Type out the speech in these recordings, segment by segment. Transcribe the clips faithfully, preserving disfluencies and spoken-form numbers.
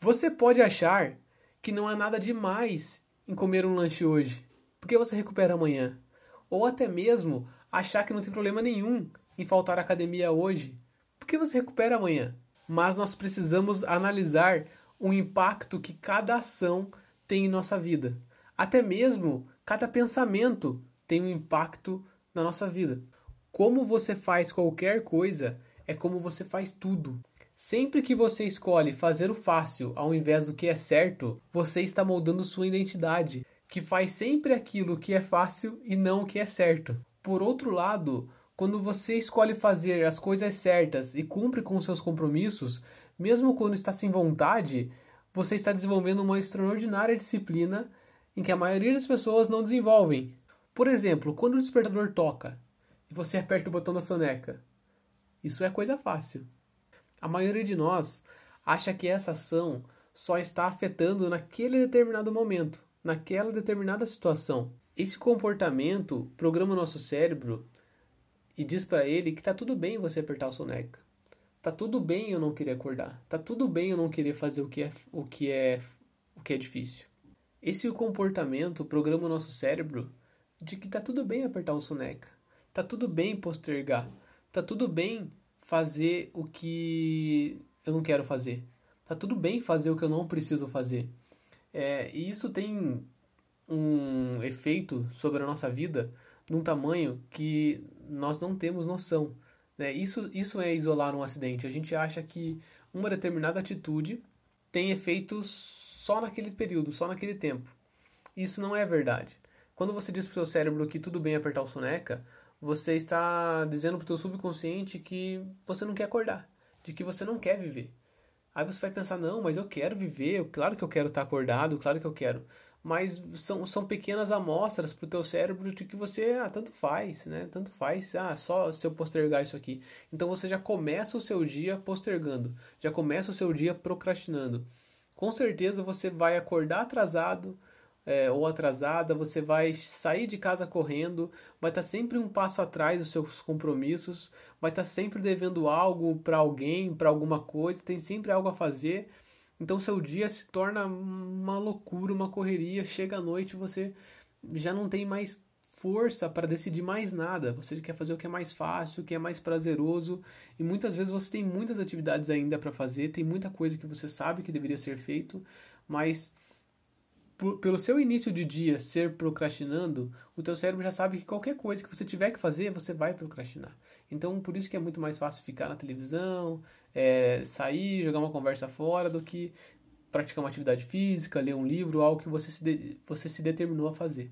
Você pode achar que não há nada demais em comer um lanche hoje, porque você recupera amanhã. Ou até mesmo achar que não tem problema nenhum em faltar à academia hoje, porque você recupera amanhã. Mas nós precisamos analisar o impacto que cada ação tem em nossa vida. Até mesmo cada pensamento tem um impacto na nossa vida. Como você faz qualquer coisa é como você faz tudo. Sempre que você escolhe fazer o fácil ao invés do que é certo, você está moldando sua identidade, que faz sempre aquilo que é fácil e não o que é certo. Por outro lado, quando você escolhe fazer as coisas certas e cumpre com seus compromissos, mesmo quando está sem vontade, você está desenvolvendo uma extraordinária disciplina em que a maioria das pessoas não desenvolvem. Por exemplo, quando o despertador toca e você aperta o botão da soneca, isso é coisa fácil. A maioria de nós acha que essa ação só está afetando naquele determinado momento, naquela determinada situação. Esse comportamento programa o nosso cérebro e diz para ele que tá tudo bem você apertar o soneca. Tá tudo bem eu não querer acordar. Tá tudo bem eu não querer fazer o que é, o que é, o que é difícil. Esse comportamento programa o nosso cérebro de que tá tudo bem apertar o soneca. Tá tudo bem postergar. Tá tudo bem fazer o que eu não quero fazer. Tá tudo bem fazer o que eu não preciso fazer. É, e isso tem um efeito sobre a nossa vida num tamanho que nós não temos noção. Né? Isso, isso é isolar um acidente. A gente acha que uma determinada atitude tem efeitos só naquele período, só naquele tempo. Isso não é verdade. Quando você diz para o seu cérebro que tudo bem apertar o soneca, você está dizendo para o seu subconsciente que você não quer acordar, de que você não quer viver. Aí você vai pensar, não, mas eu quero viver, claro que eu quero estar acordado, claro que eu quero. Mas são, são pequenas amostras para o teu cérebro de que você, ah, tanto faz, né? Tanto faz, ah, só se eu postergar isso aqui. Então você já começa o seu dia postergando, já começa o seu dia procrastinando. Com certeza você vai acordar atrasado, é, ou atrasada, você vai sair de casa correndo, vai estar sempre um passo atrás dos seus compromissos, vai estar sempre devendo algo para alguém, para alguma coisa, tem sempre algo a fazer. Então seu dia se torna uma loucura, uma correria, chega à noite e você já não tem mais força para decidir mais nada. Você quer fazer o que é mais fácil, o que é mais prazeroso, e muitas vezes você tem muitas atividades ainda para fazer, tem muita coisa que você sabe que deveria ser feito, mas por, pelo seu início de dia ser procrastinando, o teu cérebro já sabe que qualquer coisa que você tiver que fazer, você vai procrastinar. Então, por isso que é muito mais fácil ficar na televisão, é, sair, jogar uma conversa fora, do que praticar uma atividade física, ler um livro, algo que você se, de, você se determinou a fazer.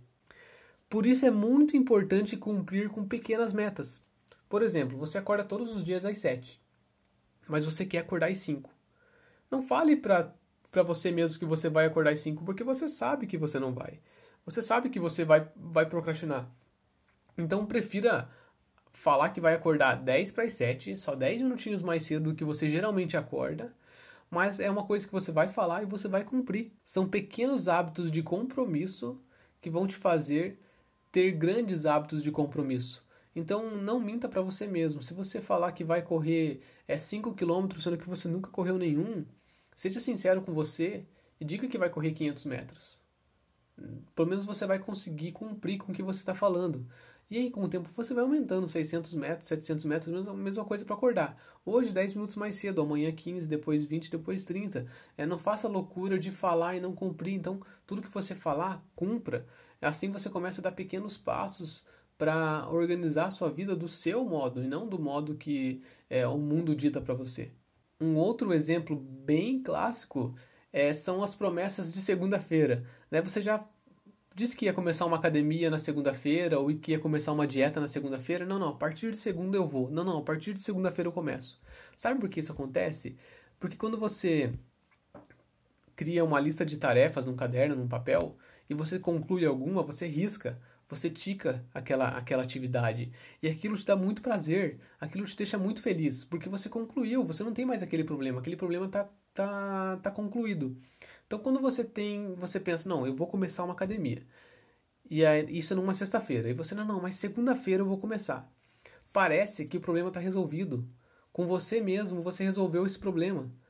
Por isso é muito importante cumprir com pequenas metas. Por exemplo, você acorda todos os dias às sete, mas você quer acordar às cinco. Não fale para para você mesmo que você vai acordar às cinco, porque você sabe que você não vai. Você sabe que você vai, vai procrastinar. Então prefira falar que vai acordar dez para as sete, só dez minutinhos mais cedo do que você geralmente acorda, mas é uma coisa que você vai falar e você vai cumprir. São pequenos hábitos de compromisso que vão te fazer ter grandes hábitos de compromisso. Então não minta para você mesmo. Se você falar que vai correr é cinco quilômetros, sendo que você nunca correu nenhum, seja sincero com você e diga que vai correr quinhentos metros. Pelo menos você vai conseguir cumprir com o que você está falando. E aí, com o tempo, você vai aumentando seiscentos metros, setecentos metros, a mesma coisa para acordar. Hoje, dez minutos mais cedo, amanhã quinze, depois vinte, depois trinta. É, não faça a loucura de falar e não cumprir. Então, tudo que você falar, cumpra. Assim você começa a dar pequenos passos para organizar a sua vida do seu modo, e não do modo que é, o mundo dita para você. Um outro exemplo bem clássico é, são as promessas de segunda-feira. Né? Você já disse que ia começar uma academia na segunda-feira ou que ia começar uma dieta na segunda-feira. Não, não, a partir de segunda eu vou. Não, não, a partir de segunda-feira eu começo. Sabe por que isso acontece? Porque quando você cria uma lista de tarefas num caderno, num papel, e você conclui alguma, você risca, você tica aquela, aquela atividade. E aquilo te dá muito prazer, aquilo te deixa muito feliz, porque você concluiu, você não tem mais aquele problema, aquele problema está tá, tá concluído. Então quando você tem, você pensa, não, eu vou começar uma academia. E aí, isso numa sexta-feira. E você, não, não, mas segunda-feira eu vou começar. Parece que o problema está resolvido. Com você mesmo, você resolveu esse problema.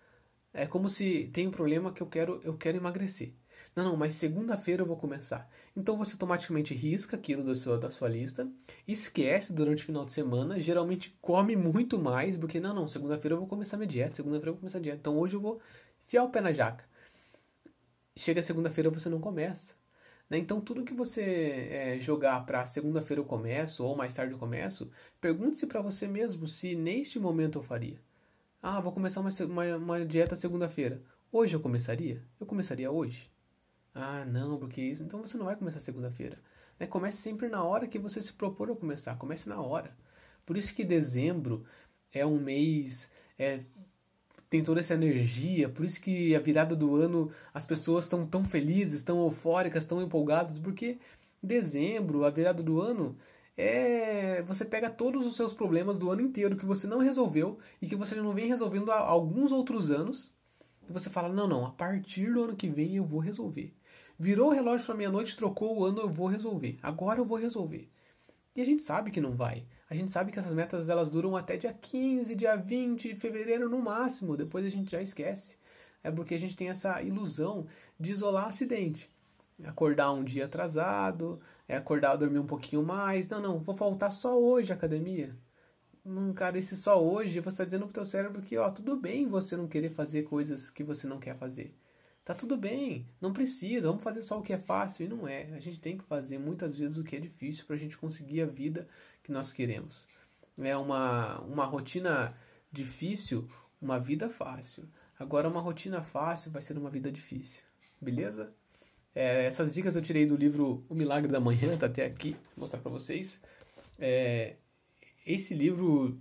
É como se tem um problema que eu quero, eu quero emagrecer. Não, não, mas segunda-feira eu vou começar. Então você automaticamente risca aquilo da sua, da sua lista, esquece durante o final de semana, geralmente come muito mais, porque não, não, segunda-feira eu vou começar minha dieta, segunda-feira eu vou começar a dieta. Então hoje eu vou enfiar o pé na jaca. Chega segunda-feira você não começa. Né? Então tudo que você é, jogar para segunda-feira eu começo ou mais tarde eu começo, pergunte-se para você mesmo se neste momento eu faria. Ah, vou começar uma, uma, uma dieta segunda-feira. Hoje eu começaria? Eu começaria hoje? Ah, não, porque isso. Então você não vai começar segunda-feira. Né? Comece sempre na hora que você se propor a começar. Comece na hora. Por isso que dezembro é um mês. É, tem toda essa energia. Por isso que a virada do ano as pessoas estão tão felizes, tão eufóricas, tão empolgadas. Porque dezembro, a virada do ano, é você pega todos os seus problemas do ano inteiro que você não resolveu e que você já não vem resolvendo há alguns outros anos. E você fala: não, não, a partir do ano que vem eu vou resolver. Virou o relógio para meia-noite, trocou o ano, eu vou resolver. Agora eu vou resolver. E a gente sabe que não vai. A gente sabe que essas metas elas duram até dia quinze, dia vinte de fevereiro no máximo. Depois a gente já esquece. É porque a gente tem essa ilusão de isolar acidente. Acordar um dia atrasado, é acordar, dormir um pouquinho mais. Não, não, vou faltar só hoje à academia. Não, cara, esse só hoje você está dizendo pro teu cérebro que, ó, tudo bem você não querer fazer coisas que você não quer fazer. Tá tudo bem, não precisa, vamos fazer só o que é fácil. E não é. A gente tem que fazer muitas vezes o que é difícil para a gente conseguir a vida que nós queremos. É uma, uma rotina difícil, uma vida fácil. Agora, uma rotina fácil vai ser uma vida difícil. Beleza? É, essas dicas eu tirei do livro O Milagre da Manhã, tá até aqui, vou mostrar para vocês. É, esse livro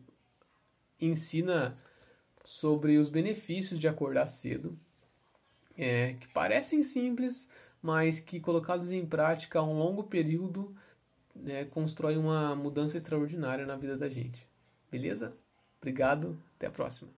ensina sobre os benefícios de acordar cedo, é, que parecem simples, mas que colocados em prática a um longo período, né, constrói uma mudança extraordinária na vida da gente. Beleza? Obrigado, até a próxima.